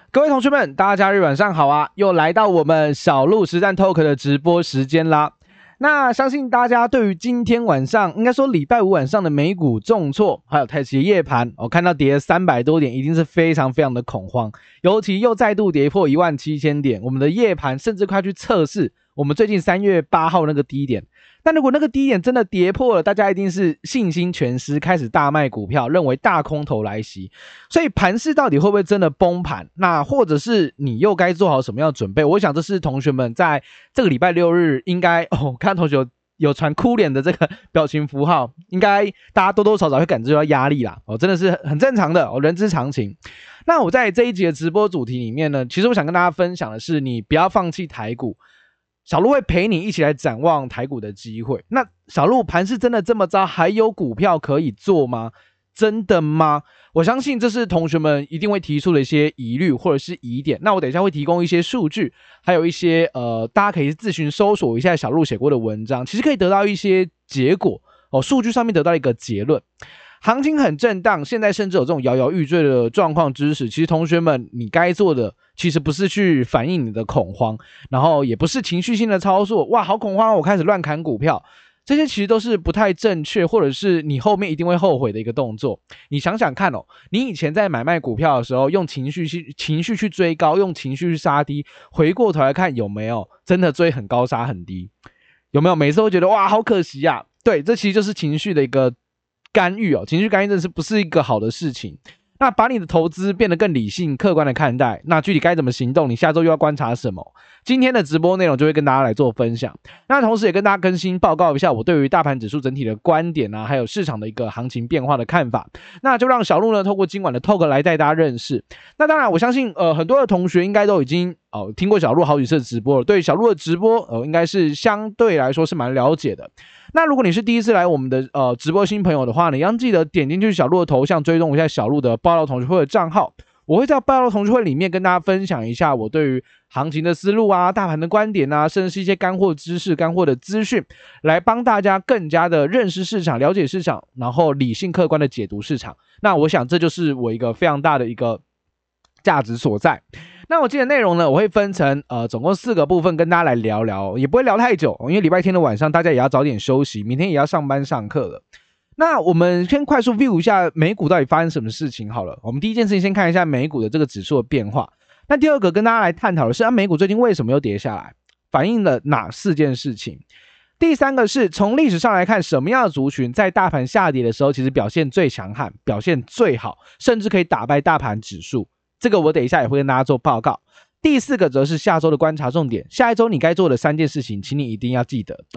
各位同学们，大家假日晚上好啊！又来到我们小鹿实战 Talk 的直播时间啦。那相信大家对于今天晚上，应该说礼拜五晚上的美股重挫，还有台积夜盘，我看到跌了300多点，一定是非常非常的恐慌。尤其又再度跌破17000点，我们的夜盘甚至快去测试我们最近3月8号那个低点。但如果那个低点真的跌破了，大家一定是信心全失，开始大卖股票，认为大空头来袭。所以盘势到底会不会真的崩盘？那或者是你又该做好什么样的准备？我想这是同学们在这个礼拜六日应该看同学有传哭脸的这个表情符号，应该大家多多少少会感觉到压力啦。真的是很正常的，人之常情。那我在这一集的直播主题里面呢，其实我想跟大家分享的是，你不要放弃台股。小鹿会陪你一起来展望台股的机会。那小鹿盘是真的这么糟，还有股票可以做吗？真的吗？我相信这是同学们一定会提出的一些疑虑或者是疑点。那我等一下会提供一些数据，还有一些大家可以自行搜索一下小鹿写过的文章，其实可以得到一些结果数据上面得到一个结论。行情很震荡，现在甚至有这种摇摇欲坠的状况之时，其实同学们你该做的其实不是去反映你的恐慌，然后也不是情绪性的操作，哇好恐慌我开始乱砍股票，这些其实都是不太正确，或者是你后面一定会后悔的一个动作。你想想看你以前在买卖股票的时候用情绪去追高，用情绪去杀低，回过头来看有没有真的追很高杀很低？有没有每次都觉得哇好可惜啊？对，这其实就是情绪的一个干预情绪干预真的是不是一个好的事情。那把你的投资变得更理性客观的看待，那具体该怎么行动，你下周又要观察什么？今天的直播内容就会跟大家来做分享。那同时也跟大家更新报告一下我对于大盘指数整体的观点还有市场的一个行情变化的看法。那就让小鹿呢透过今晚的 Talk 来带大家认识。那当然我相信很多的同学应该都已经听过小鹿好几次的直播了，对小鹿的直播应该是相对来说是蛮了解的。那如果你是第一次来我们的直播新朋友的话呢，一样记得点进去小鹿的头像，追踪一下小鹿的报道同学会的账号。我会在报道同学会里面跟大家分享一下我对于行情的思路大盘的观点甚至是一些干货知识、干货的资讯，来帮大家更加的认识市场、了解市场，然后理性客观的解读市场。那我想这就是我一个非常大的一个价值所在。那我今天的内容呢，我会分成总共4个部分跟大家来聊聊，也不会聊太久，因为礼拜天的晚上大家也要早点休息，明天也要上班上课了。那我们先快速 view 一下美股到底发生什么事情好了。我们第一件事情先看一下美股的这个指数的变化。那第二个跟大家来探讨的是美股最近为什么又跌下来，反映了哪4件事情。第三个是从历史上来看，什么样的族群在大盘下跌的时候其实表现最强悍，表现最好，甚至可以打败大盘指数。这个我等一下也会跟大家做报告。第4个则是下周的观察重点，下一周你该做的3件事情，请你一定要记得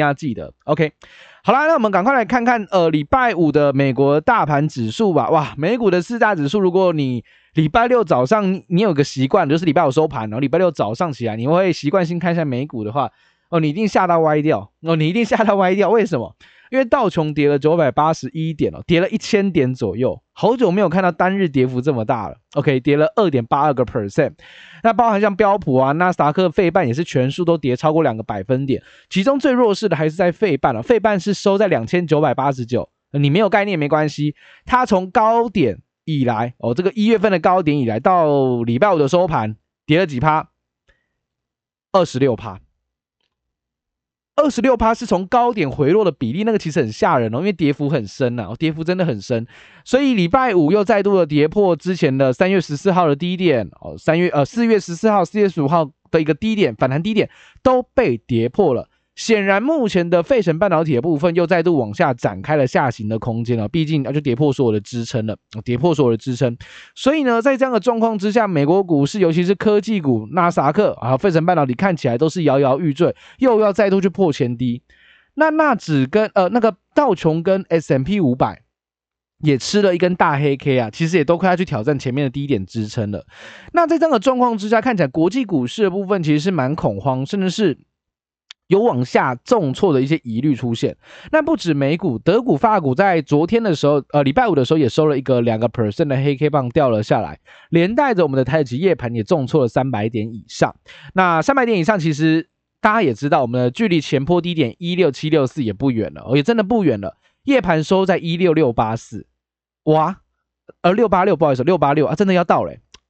OK， 好啦，那我们赶快来看看礼拜五的美国大盘指数吧。哇，美股的4大指数，如果你礼拜六早上你有个习惯，就是礼拜五收盘礼拜六早上起来你会习惯性看一下美股的话，你一定吓到歪掉为什么？因为道琼跌了981点跌了1000点左右，好久没有看到单日跌幅这么大了。OK， 跌了 2.82%。那包含像标普纳斯达克、费半也是全数都跌超过2个百分点，其中最弱势的还是在费半费半是收在2989。你没有概念没关系，它从高点以来这个1月份的高点以来到礼拜五的收盘跌了几趴？26%。26% 是从高点回落的比例，那个其实很吓人因为跌幅很深跌幅真的很深，所以礼拜五又再度的跌破之前的3月14号的低点4月14号、4月15号的一个低点，反弹低点都被跌破了。显然目前的费城半导体的部分又再度往下展开了下行的空间毕竟就跌破所有的支撑了，所以呢在这样的状况之下，美国股市尤其是科技股纳斯达克费城半导体看起来都是摇摇欲坠，又要再度去破前低。那纳指跟那个道琼跟 S&P 500也吃了一根大黑 K 其实也都快要去挑战前面的低点支撑了。那在这样的状况之下，看起来国际股市的部分其实是蛮恐慌，甚至是有往下重挫的一些疑虑出现。那不止美股，德股、法股在昨天的时候礼拜五的时候也收了一个2% 的黑 K 棒掉了下来，连带着我们的台指夜盘也重挫了300点以上。那300点以上其实大家也知道，我们的距离前波低点16764也不远了，也真的不远了。夜盘收在16684，哇，686不好意思，686真的要到了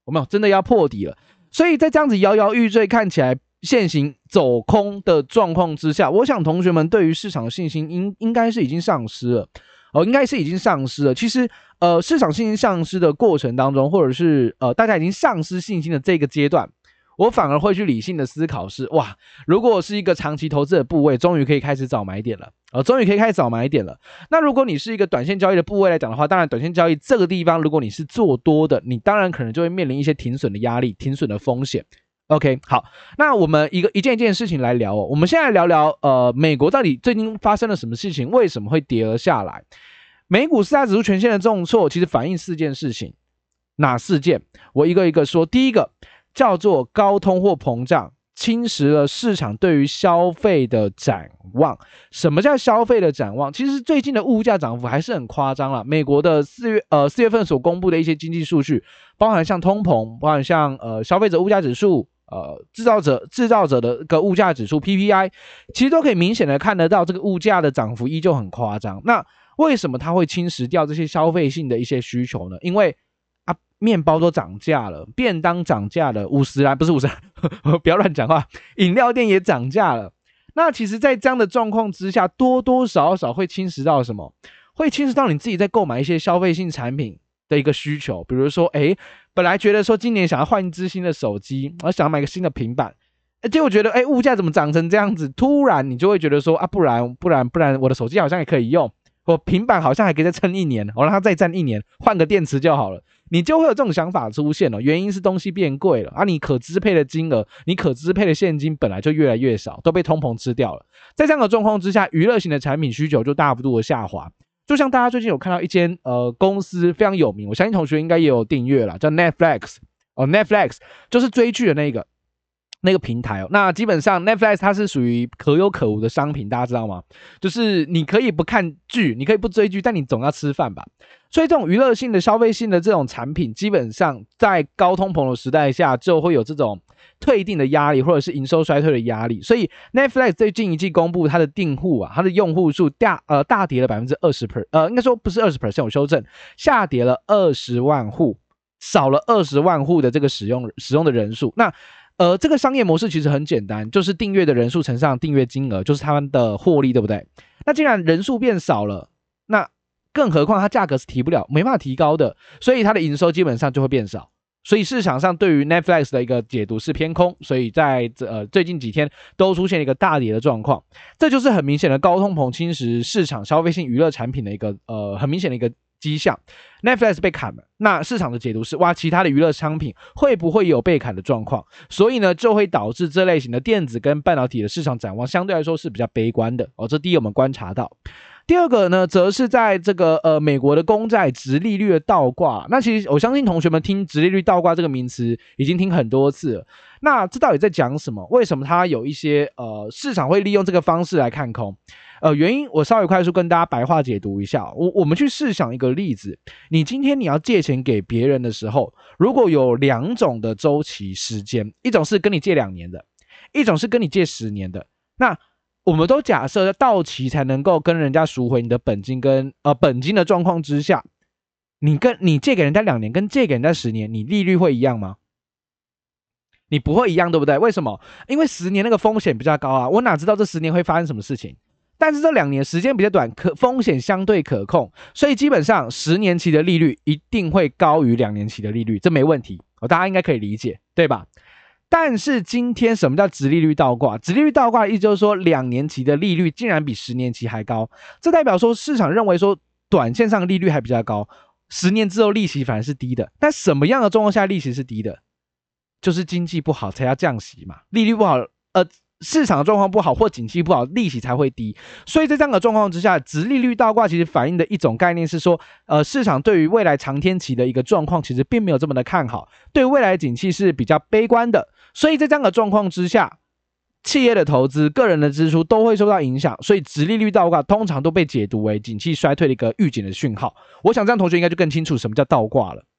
有没有真的要破底了？所以在这样子摇摇欲坠，看起来现行走空的状况之下，我想同学们对于市场的信心应该是已经丧失了。应该是已经丧失了。其实，市场信心丧失的过程当中，或者是大家已经丧失信心的这个阶段，我反而会去理性的思考是，哇，如果我是一个长期投资的部位，终于可以开始找买点了，那如果你是一个短线交易的部位来讲的话，当然短线交易这个地方，如果你是做多的，你当然可能就会面临一些停损的压力、停损的风险。OK， 好，那我们一件一件事情来聊我们现在聊聊美国到底最近发生了什么事情，为什么会跌而下来？美股四大指数全线的重挫，其实反映4件事情。哪4件？我一个一个说。第一个叫做高通货膨胀侵蚀了市场对于消费的展望。什么叫消费的展望？其实最近的物价涨幅还是很夸张啦。美国的4月份所公布的一些经济数据，包含像通膨，包含像消费者物价指数。制造者的个物价指数 PPI， 其实都可以明显的看得到这个物价的涨幅依旧很夸张。那为什么它会侵蚀掉这些消费性的一些需求呢？因为面包都涨价了，便当涨价了，50啦，不是50啦，不要乱讲话，饮料店也涨价了。那其实在这样的状况之下，多多少少会侵蚀到什么？会侵蚀到你自己在购买一些消费性产品的一个需求。比如说本来觉得说今年想要换一支新的手机，想要买个新的平板，结果觉得物价怎么涨成这样子，突然你就会觉得说不然我的手机好像也可以用，我平板好像还可以再撑1年，我让它再战1年，换个电池就好了。你就会有这种想法出现了，原因是东西变贵了你可支配的金额，你可支配的现金本来就越来越少，都被通膨吃掉了。在这样的状况之下，娱乐型的产品需求就大幅度的下滑。就像大家最近有看到一间公司非常有名，我相信同学应该也有订阅啦，叫 Netflix。Netflix 就是追剧的那个平台那基本上 Netflix 它是属于可有可无的商品，大家知道吗？就是你可以不看剧，你可以不追剧，但你总要吃饭吧。所以这种娱乐性的、消费性的这种产品，基本上在高通膨的时代下，就会有这种退订的压力，或者是营收衰退的压力。所以 Netflix 最近一季公布它的订户它的用户数大跌了 20%， 应该说不是 20%， 我修正，下跌了20万户，少了20万户的这个使用的人数。那这个商业模式其实很简单，就是订阅的人数乘上订阅金额，就是他们的获利，对不对？那既然人数变少了，那更何况它价格是没办法提高的，所以它的营收基本上就会变少。所以市场上对于 Netflix 的一个解读是偏空，所以在最近几天都出现一个大跌的状况。这就是很明显的高通膨侵蚀市场消费性娱乐产品的一个很明显的一个迹象。Netflix 被砍了，那市场的解读是其他的娱乐商品会不会有被砍的状况？所以呢，就会导致这类型的电子跟半导体的市场展望相对来说是比较悲观的这第一我们观察到。第二个呢，则是在这个美国的公债殖利率的倒挂。那其实我相信同学们听殖利率倒挂这个名词已经听很多次了。那这到底在讲什么？为什么它有一些市场会利用这个方式来看空？原因我稍微快速跟大家白话解读一下。我们去试想一个例子，你今天你要借钱给别人的时候，如果有2种的周期时间，一种是跟你借2年的，一种是跟你借10年的。那我们都假设到期才能够跟人家赎回你的本金跟本金的状况之下，你借给人家2年跟借给人家10年，你利率会一样吗？你不会一样，对不对？为什么？因为10年那个风险比较高我哪知道这10年会发生什么事情？但是这2年时间比较短，风险相对可控，所以基本上10年期的利率一定会高于2年期的利率，这没问题大家应该可以理解，对吧？但是今天什么叫殖利率倒挂？殖利率倒挂的意思就是说2年期的利率竟然比10年期还高，这代表说市场认为说短线上利率还比较高，10年之后利息反而是低的。但什么样的状况下利息是低的？就是经济不好才要降息嘛，利率不好市场的状况不好或景气不好，利息才会低。所以在这样的状况之下，殖利率倒挂其实反映的一种概念是说市场对于未来长天期的一个状况其实并没有这么的看好，对未来的景气是比较悲观的。所以在这样的状况之下，企业的投资、个人的支出都会受到影响，所以殖利率倒挂通常都被解读为景气衰退的一个预警的讯号。我想这样同学应该就更清楚什么叫倒挂了。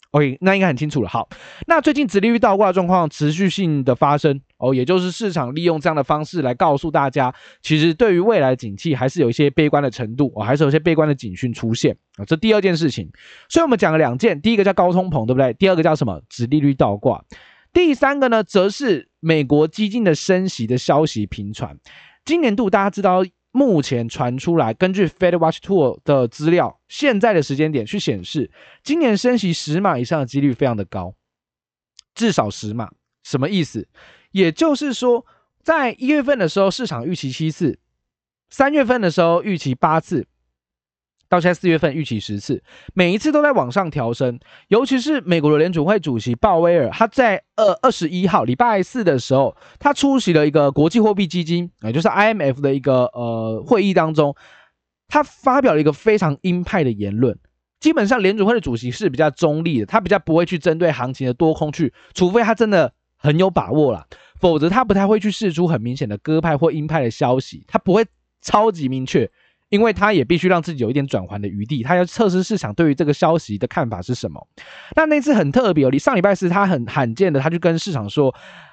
OK， 那应该很清楚了。好，那最近殖利率倒挂的状况持续性的发生也就是市场利用这样的方式来告诉大家，其实对于未来的景气还是有一些悲观的程度还是有一些悲观的警讯出现这第二件事情。所以我们讲了2件，第一个叫高通膨，对不对？第二个叫什么？殖利率倒挂。第三个呢，则是美国激进的升息的消息频传。今年度大家知道，目前传出来，根据 Fed Watch Tool 的资料，现在的时间点去显示，今年升息10码以上的几率非常的高，至少10码。什么意思？也就是说，在1月份的时候，市场预期7次；3月份的时候预期8次。到现在4月份预期10次，每一次都在往上调升。尤其是美国的联储会主席鲍威尔，他在21号礼拜4的时候，他出席了一个国际货币基金，也就是 IMF 的一个会议当中，他发表了一个非常鹰派的言论。基本上联储会的主席是比较中立的，他比较不会去针对行情的多空去，除非他真的很有把握啦，否则他不太会去释出很明显的鸽派或鹰派的消息，他不会超级明确。因为他也必须让自己有一点转圜的余地，他要测试市场对于这个消息的看法是什么。那次很特别上礼拜4他很罕见的，他就跟市场说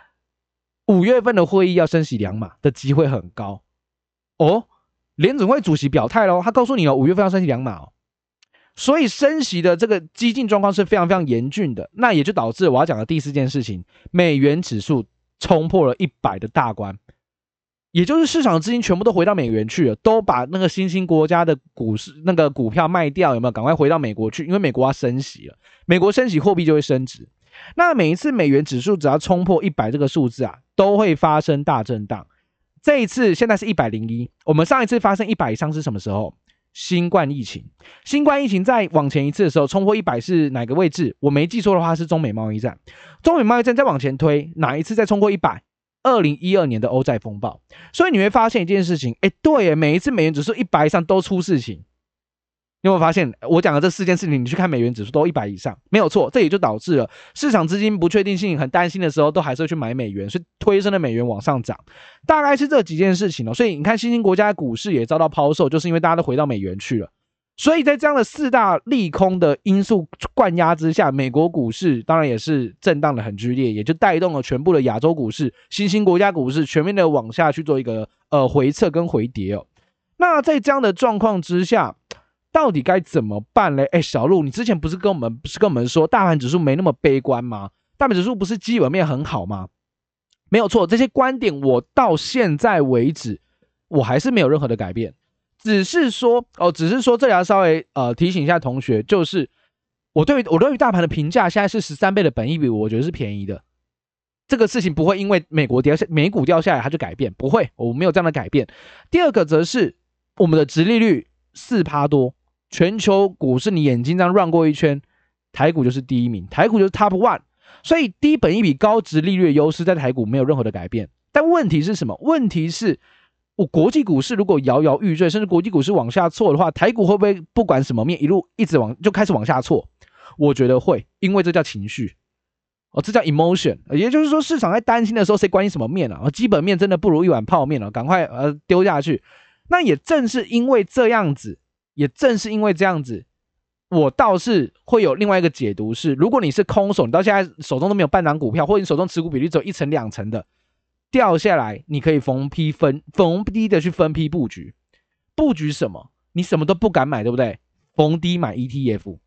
，5月份的会议要升息2码的机会很高。联准会主席表态咯，他告诉你5月份要升息2码所以升息的这个激进状况是非常非常严峻的。那也就导致我要讲的第4件事情，美元指数冲破了100的大关。也就是市场的资金全部都回到美元去了，都把那个新兴国家的股票卖掉，有没有？赶快回到美国去，因为美国要升息了，美国升息货币就会升值。那每一次美元指数只要冲破100这个数字都会发生大震荡。这一次现在是101，我们上一次发生100以上是什么时候？新冠疫情。新冠疫情在往前一次的时候冲破100是哪个位置？我没记错的话是中美贸易战。中美贸易战再往前推，哪一次再冲破100？2012年的欧债风暴。所以你会发现一件事情，对耶，每一次美元指数100以上都出事情。你有没有发现我讲的这4件事情，你去看美元指数都100以上，没有错。这也就导致了市场资金不确定性很担心的时候，都还是会去买美元，所以推升了美元往上涨。大概是这几件事情所以你看新兴国家的股市也遭到抛售，就是因为大家都回到美元去了。所以在这样的4大利空的因素灌压之下，美国股市当然也是震荡的很剧烈，也就带动了全部的亚洲股市、新兴国家股市全面的往下去做一个回撤跟回跌那在这样的状况之下，到底该怎么办呢？小路，你之前不是跟我们说大盘指数没那么悲观吗？大盘指数不是基本面很好吗？没有错，这些观点我到现在为止我还是没有任何的改变。只是说这里要稍微提醒一下同学，就是我对于大盘的评价现在是13倍的本益比，我觉得是便宜的。这个事情不会因为美股掉下来它就改变，不会，我没有这样的改变。第二个则是我们的殖利率4%多，全球股市你眼睛这样run过一圈，台股就是第1名，台股就是 top 1，所以低本益比高殖利率的优势在台股没有任何的改变。但问题是什么？问题是我国际股市如果摇摇欲坠，甚至国际股市往下挫的话，台股会不会不管什么面一直就开始往下挫？我觉得会，因为这叫情绪这叫 emotion。也就是说，市场在担心的时候，谁关心什么面基本面真的不如一碗泡面赶快丢下去。那也正是因为这样子，我倒是会有另外一个解读是，如果你是空手，你到现在手中都没有半档股票，或者你手中持股比例只有1成2成的。掉下来，你可以逢低的去分批布局。布局什么？你什么都不敢买，对不对？逢低买 ETF，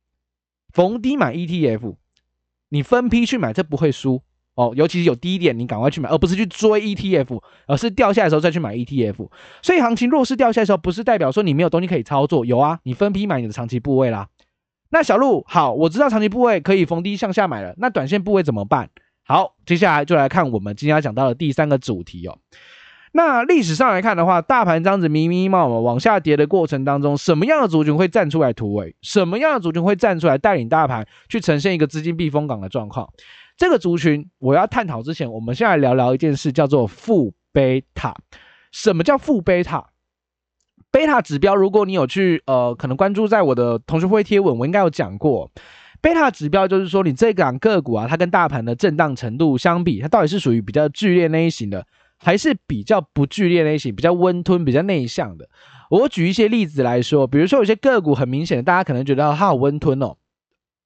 你分批去买，这不会输尤其是有低点，你赶快去买，而不是去追 ETF， 而是掉下来的时候再去买 ETF。所以行情弱势掉下来的时候，不是代表说你没有东西可以操作，有啊，你分批买你的长期部位啦。那小路，好，我知道长期部位可以逢低向下买了，那短线部位怎么办？好，接下来就来看我们今天要讲到的第3个主题那历史上来看的话，大盘这样子迷迷冒冒往下跌的过程当中，什么样的族群会站出来突围？什么样的族群会站出来带领大盘去呈现一个资金避风港的状况？这个族群我要探讨之前，我们先来聊聊一件事，叫做负贝塔。什么叫负贝塔？贝塔指标，如果你有去可能关注在我的同学会贴文，我应该有讲过。贝塔指标就是说，你这档个股它跟大盘的震荡程度相比，它到底是属于比较剧烈那一型的，还是比较不剧烈那一型，比较温吞、比较内向的？我举一些例子来说，比如说有些个股很明显的，大家可能觉得它好温吞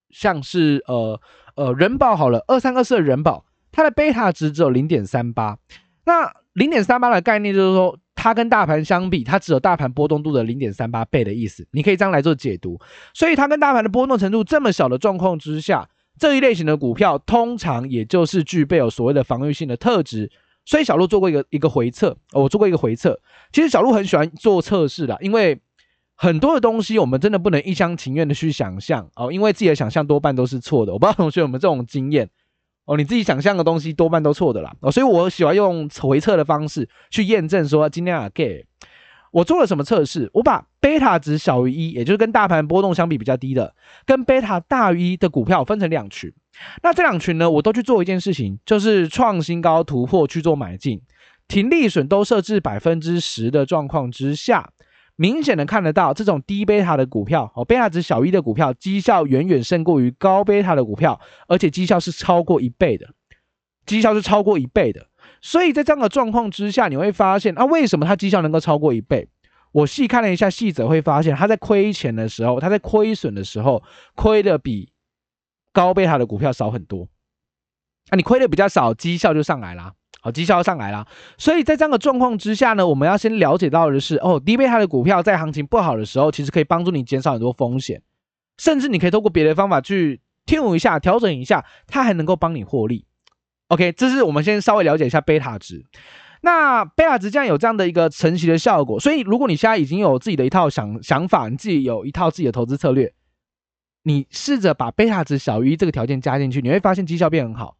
像是人保好了，2324的人保，它的贝塔值只有 0.38， 那 0.38 的概念就是说，它跟大盘相比，它只有大盘波动度的 0.38 倍的意思，你可以这样来做解读。所以它跟大盘的波动程度这么小的状况之下，这一类型的股票通常也就是具备有所谓的防御性的特质。所以小鹿做过一个回测，我做过一个回测。其实小鹿很喜欢做测试的，因为很多的东西我们真的不能一厢情愿的去想象哦，因为自己的想象多半都是错的。我不知道同学有没有这种经验哦，你自己想象的东西多半都错的啦哦，所以我喜欢用回测的方式去验证说今天啊 gay。我做了什么测试？我把贝塔值小于1，也就是跟大盘波动相比比较低的，跟贝塔大于1的股票分成2群。那这2群呢，我都去做一件事情，就是创新高突破去做买进，停利损都设置 10% 的状况之下，明显的看得到这种低贝塔的股票，贝塔值小1的股票，绩效远远胜过于高贝塔的股票，而且绩效是超过1倍的，所以在这样的状况之下，你会发现为什么它绩效能够超过1倍？我细看了一下细则，会发现它在亏钱的时候，它在亏损的时候，亏的比高贝塔的股票少很多。你亏的比较少，绩效就上来啦。绩效上来啦。所以在这样的状况之下呢，我们要先了解到的是，低贝塔的股票在行情不好的时候，其实可以帮助你减少很多风险，甚至你可以透过别的方法去tune一下、调整一下，它还能够帮你获利。OK， 这是我们先稍微了解一下贝塔值。那贝塔值这样有这样的一个承袭的效果，所以如果你现在已经有自己的一套想法，你自己有一套自己的投资策略，你试着把贝塔值小于1这个条件加进去，你会发现绩效变很好。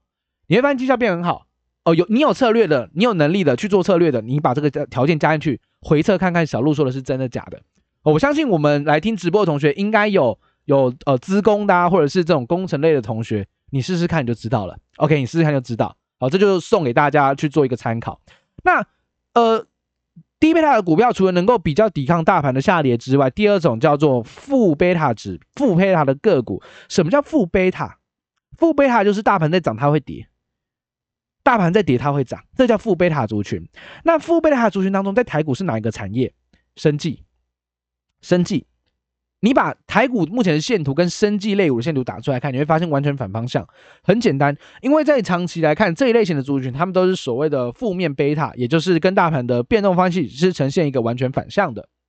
你有策略的，你有能力的去做策略的，你把这个条件加进去，回测看看小鹿说的是真的假的。我相信我们来听直播的同学应该有资工的或者是这种工程类的同学，你试试看你就知道了。OK， 你试试看就知道。好，这就送给大家去做一个参考。那低贝塔的股票除了能够比较抵抗大盘的下跌之外，第二种叫做负贝塔值，负贝塔的个股。什么叫负贝塔？负贝塔就是大盘在涨它会跌，大盘在跌它会涨，这叫负贝塔族群。那负贝塔族群当中，在台股是哪一个产业？生技。你把台股目前的线图跟生技类股的线图打出来看，你会发现完全反方向。很简单，因为在长期来看，这一类型的族群，他们都是所谓的负面贝塔，也就是跟大盘的变动方式是呈现一个完全反向的。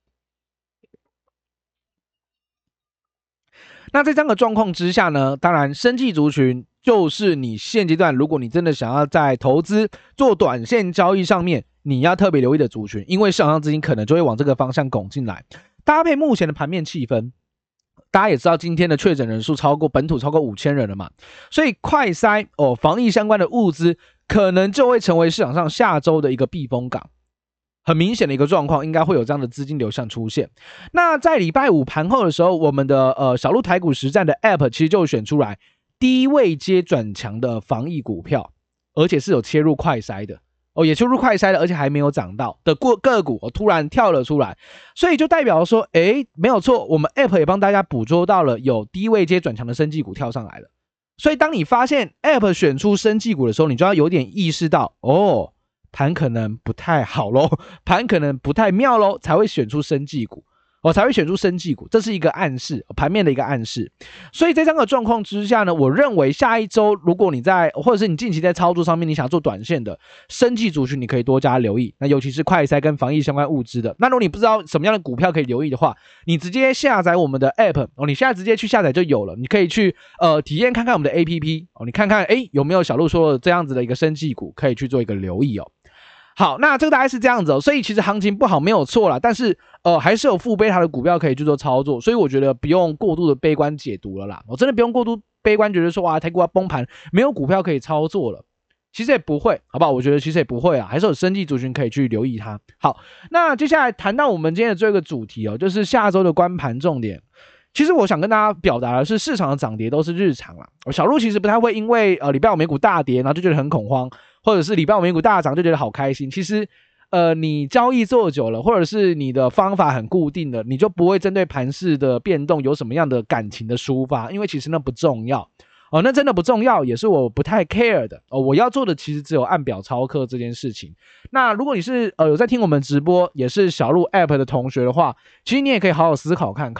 那在这样的状况之下呢，当然生技族群就是你现阶段如果你真的想要在投资做短线交易上面，你要特别留意的族群，因为市场上资金可能就会往这个方向拱进来。搭配目前的盘面气氛，大家也知道今天的确诊人数本土超过5000人了嘛，所以快筛防疫相关的物资可能就会成为市场上下周的一个避风港。很明显的一个状况，应该会有这样的资金流向出现。那在礼拜五盘后的时候，我们的小鹿台股实战的 App 其实就选出来低位阶转强的防疫股票，而且是有切入快筛的。也切入快筛的，而且还没有涨到的个股突然跳了出来，所以就代表说，没有错，我们 App 也帮大家捕捉到了有低位阶转强的生技股跳上来了。所以当你发现 App 选出生技股的时候，你就要有点意识到，盘可能不太好咯，盘可能不太妙咯，才会选出生技股。这是一个暗示，盘面的一个暗示。所以在这样的状况之下呢，我认为下一周如果你或者是你近期在操作上面你想做短线的生技族群，你可以多加留意。那尤其是快筛跟防疫相关物资的。那如果你不知道什么样的股票可以留意的话，你直接下载我们的 App，你现在直接去下载就有了。你可以去体验看看我们的 APP，你看看有没有小鹿说的这样子的一个生技股，可以去做一个留意哦。好，那这个大概是这样子所以其实行情不好没有错啦，但是还是有负贝塔的股票可以去做操作，所以我觉得不用过度的悲观解读了啦。我真的不用过度悲观，觉得说台股要崩盘，没有股票可以操作了。其实也不会，好不好？我觉得其实也不会还是有生技族群可以去留意它。好，那接下来谈到我们今天的这个主题就是下周的观盘重点。其实我想跟大家表达的是，市场的涨跌都是日常啦。小鹿其实不太会因为礼拜五美股大跌，然后就觉得很恐慌，或者是礼拜五美股大涨就觉得好开心。其实你交易做久了，或者是你的方法很固定的，你就不会针对盘势的变动有什么样的感情的抒发，因为其实那不重要那真的不重要，也是我不太 care 的我要做的其实只有按表操课这件事情。那如果你是有在听我们直播，也是小鹿 App 的同学的话，其实你也可以好好思考看看，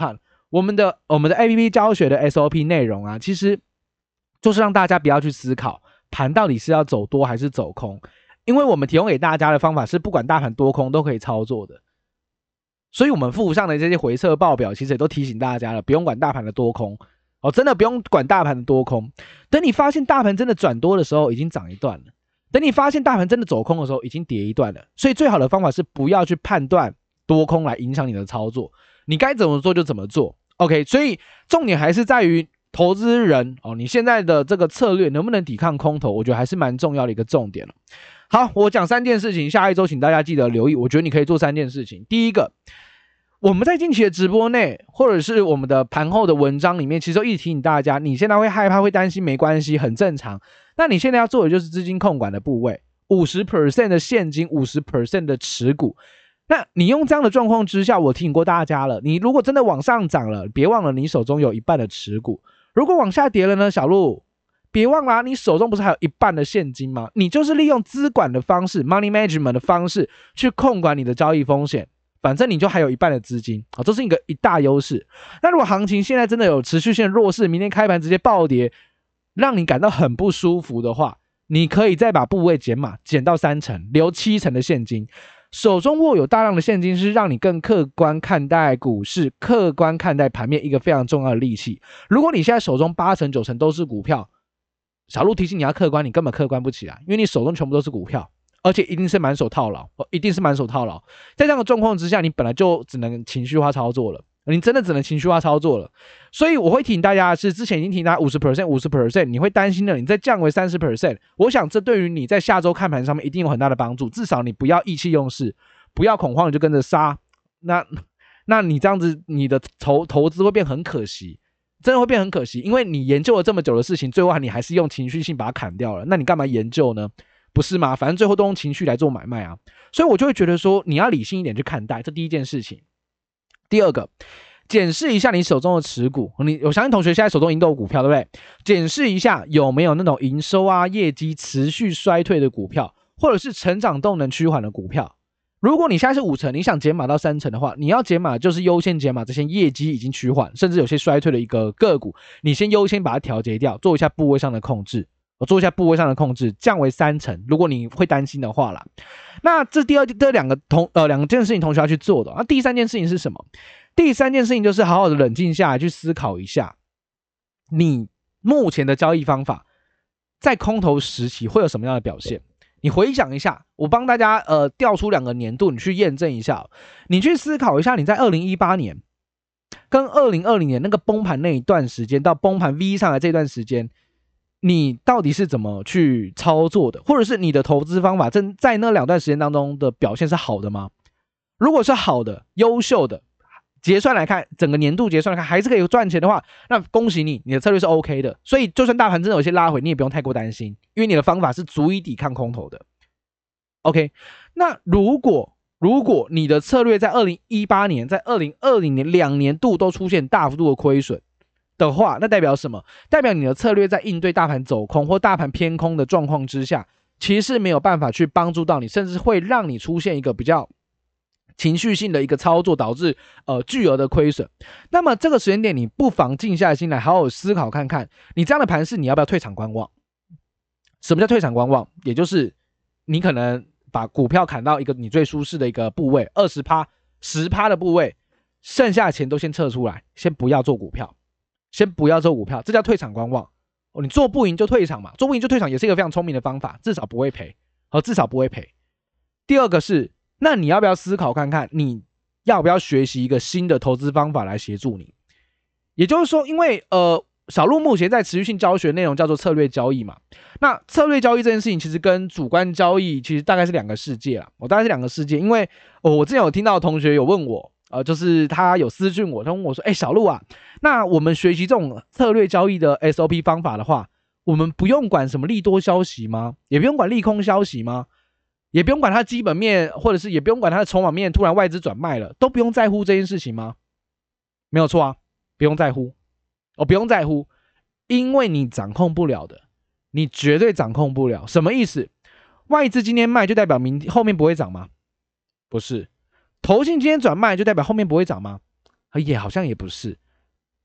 我们的 APP 教学的 SOP 内容啊，其实就是让大家不要去思考盘到底是要走多还是走空，因为我们提供给大家的方法是不管大盘多空都可以操作的。所以我们附上的这些回测报表其实也都提醒大家了，不用管大盘的多空真的不用管大盘的多空。等你发现大盘真的转多的时候已经涨一段了，等你发现大盘真的走空的时候已经跌一段了。所以最好的方法是不要去判断多空来影响你的操作，你该怎么做就怎么做。 OK， 所以重点还是在于投资人你现在的这个策略能不能抵抗空头，我觉得还是蛮重要的一个重点了。好，我讲3件事情，下一周请大家记得留意。我觉得你可以做3件事情。第一个，我们在近期的直播内，或者是我们的盘后的文章里面，其实都一直提醒大家，你现在会害怕、会担心，没关系，很正常。那你现在要做的就是资金控管的部位，50% 的现金，50% 的持股。那你用这样的状况之下，我提醒过大家了，你如果真的往上涨了，别忘了你手中有一半的持股。如果往下跌了呢，小路，别忘了你手中不是还有一半的现金吗？你就是利用资管的方式 ，money management 的方式去控管你的交易风险，反正你就还有一半的资金这是一大优势。那如果行情现在真的有持续性弱势，明天开盘直接暴跌，让你感到很不舒服的话，你可以再把部位减码，减到3成，留7成的现金。手中握有大量的现金是让你更客观看待股市、客观看待盘面一个非常重要的利器。如果你现在手中8成9成都是股票，小路提醒你要客观，你根本客观不起来，因为你手中全部都是股票，而且一定是满手套牢，一定是满手套牢。在这样的状况之下，你本来就只能情绪化操作了，你真的只能情绪化操作了。所以我会提醒大家的是，之前已经提醒大家 50%， 你会担心的，你再降为 30%， 我想这对于你在下周看盘上面一定有很大的帮助。至少你不要意气用事，不要恐慌你就跟着杀，那你这样子你的投资会变很可惜，真的会变很可惜，因为你研究了这么久的事情，最后你还是用情绪性把它砍掉了，那你干嘛研究呢？不是吗？反正最后都用情绪来做买卖啊。所以我就会觉得说，你要理性一点去看待，这第一件事情。第二个，检视一下你手中的持股，我相信同学现在手中已经都有股票，对不对？检视一下有没有那种营收啊、业绩持续衰退的股票，或者是成长动能趋缓的股票。如果你现在是5成，你想减码到3成的话，你要减码就是优先减码这些业绩已经趋缓，甚至有些衰退的一个个股，你先优先把它调节掉，做一下部位上的控制。降为3成，如果你会担心的话啦。那这两件事情同学要去做的。那第3件事情是什么？第3件事情就是好好的冷静下来，去思考一下，你目前的交易方法在空头时期会有什么样的表现？你回想一下，我帮大家调出2个年度，你去验证一下，你去思考一下，你在2018年跟2020年那个崩盘那一段时间，到崩盘 V 上来这段时间，你到底是怎么去操作的，或者是你的投资方法在那2段时间当中的表现是好的吗？如果是好的、优秀的，结算来看，整个年度结算来看还是可以赚钱的话，那恭喜你，你的策略是 OK 的。所以就算大盘真的有些拉回，你也不用太过担心，因为你的方法是足以抵抗空头的。OK， 那如果你的策略在2018年、在2020年2年度都出现大幅度的亏损的话，那代表什么？代表你的策略在应对大盘走空或大盘偏空的状况之下，其实是没有办法去帮助到你，甚至会让你出现一个比较情绪性的一个操作，导致巨额的亏损。那么这个时间点，你不妨静下心来，好好思考看看，你这样的盘势你要不要退场观望？什么叫退场观望？也就是你可能把股票砍到一个你最舒适的一个部位，20%、10%的部位，剩下的钱都先撤出来，先不要做股票。这叫退场观望。你做不赢就退场嘛，做不赢就退场也是一个非常聪明的方法，至少不会赔。第二个是，那你要不要思考看看，你要不要学习一个新的投资方法来协助你？也就是说，因为小路目前在持续性教学内容叫做策略交易嘛，那策略交易这件事情其实跟主观交易其实大概是2个世界啦。因为我之前有听到同学有问我。就是他有私讯我，他问我说：“小路啊，那我们学习这种策略交易的 SOP 方法的话，我们不用管什么利多消息吗？也不用管利空消息吗？也不用管它基本面，或者是也不用管它的筹码面突然外资转卖了，都不用在乎这件事情吗？”没有错啊，不用在乎，不用在乎，因为你掌控不了的，你绝对掌控不了。什么意思？外资今天卖就代表后面不会涨吗？不是。投信今天转卖就代表后面不会涨吗？也好像也不是。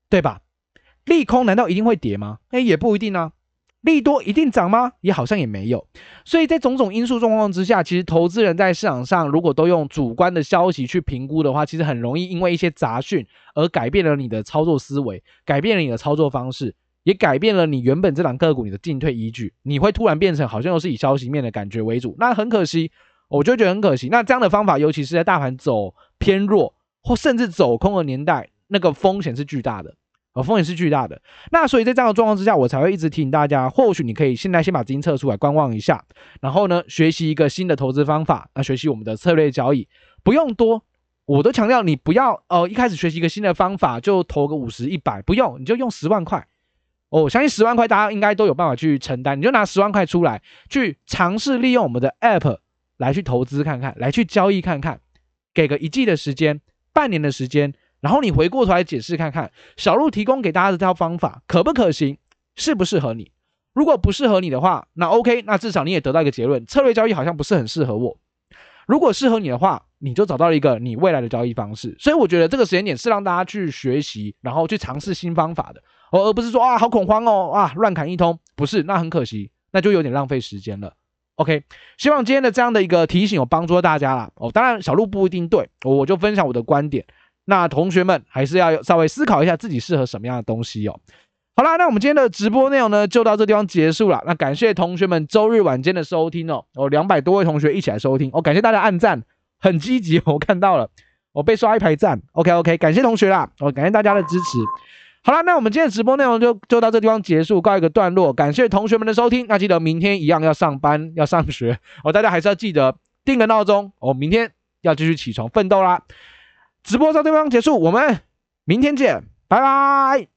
对吧？利空难道一定会跌吗？也不一定啊。利多一定涨吗？也好像也没有。所以在种种因素状况之下，其实投资人在市场上如果都用主观的消息去评估的话，其实很容易因为一些杂讯而改变了你的操作思维，改变了你的操作方式，也改变了你原本这档个股你的进退依据。你会突然变成好像都是以消息面的感觉为主，那很可惜，我就觉得很可惜。那这样的方法，尤其是在大盘走偏弱或甚至走空的年代，那个风险是巨大的。风险是巨大的。那所以在这样的状况之下，我才会一直提醒大家，或许你可以现在先把资金撤出来观望一下，然后呢，学习一个新的投资方法，学习我们的策略交易，不用多。我都强调你不要一开始学习一个新的方法就投个50、100，不用，你就用10万块。我相信10万块大家应该都有办法去承担，你就拿10万块出来，去尝试利用我们的 App 来去投资看看，来去交易看看，给个1季的时间、半年的时间。然后你回过头来解释看看，小路提供给大家的这套方法可不可行，适不适合你？如果不适合你的话，那 OK， 那至少你也得到一个结论，策略交易好像不是很适合我。如果适合你的话，你就找到了一个你未来的交易方式。所以我觉得这个时间点是让大家去学习，然后去尝试新方法的，而不是说好恐慌哦，乱砍一通，不是，那很可惜，那就有点浪费时间了。OK， 希望今天的这样的一个提醒有帮助到大家啦。当然小路不一定对，我就分享我的观点。那同学们还是要稍微思考一下自己适合什么样的东西哦。好啦，那我们今天的直播内容呢，就到这地方结束了。那感谢同学们周日晚间的收听哦，200多位同学一起来收听感谢大家按赞，很积极，我看到了，被刷一排赞。OK， 感谢同学啦，感谢大家的支持。好啦，那我们今天的直播内容就到这地方结束，告一个段落。感谢同学们的收听，那记得明天一样要上班要上学大家还是要记得定个闹钟明天要继续起床奋斗啦。直播到这地方结束，我们明天见，拜拜。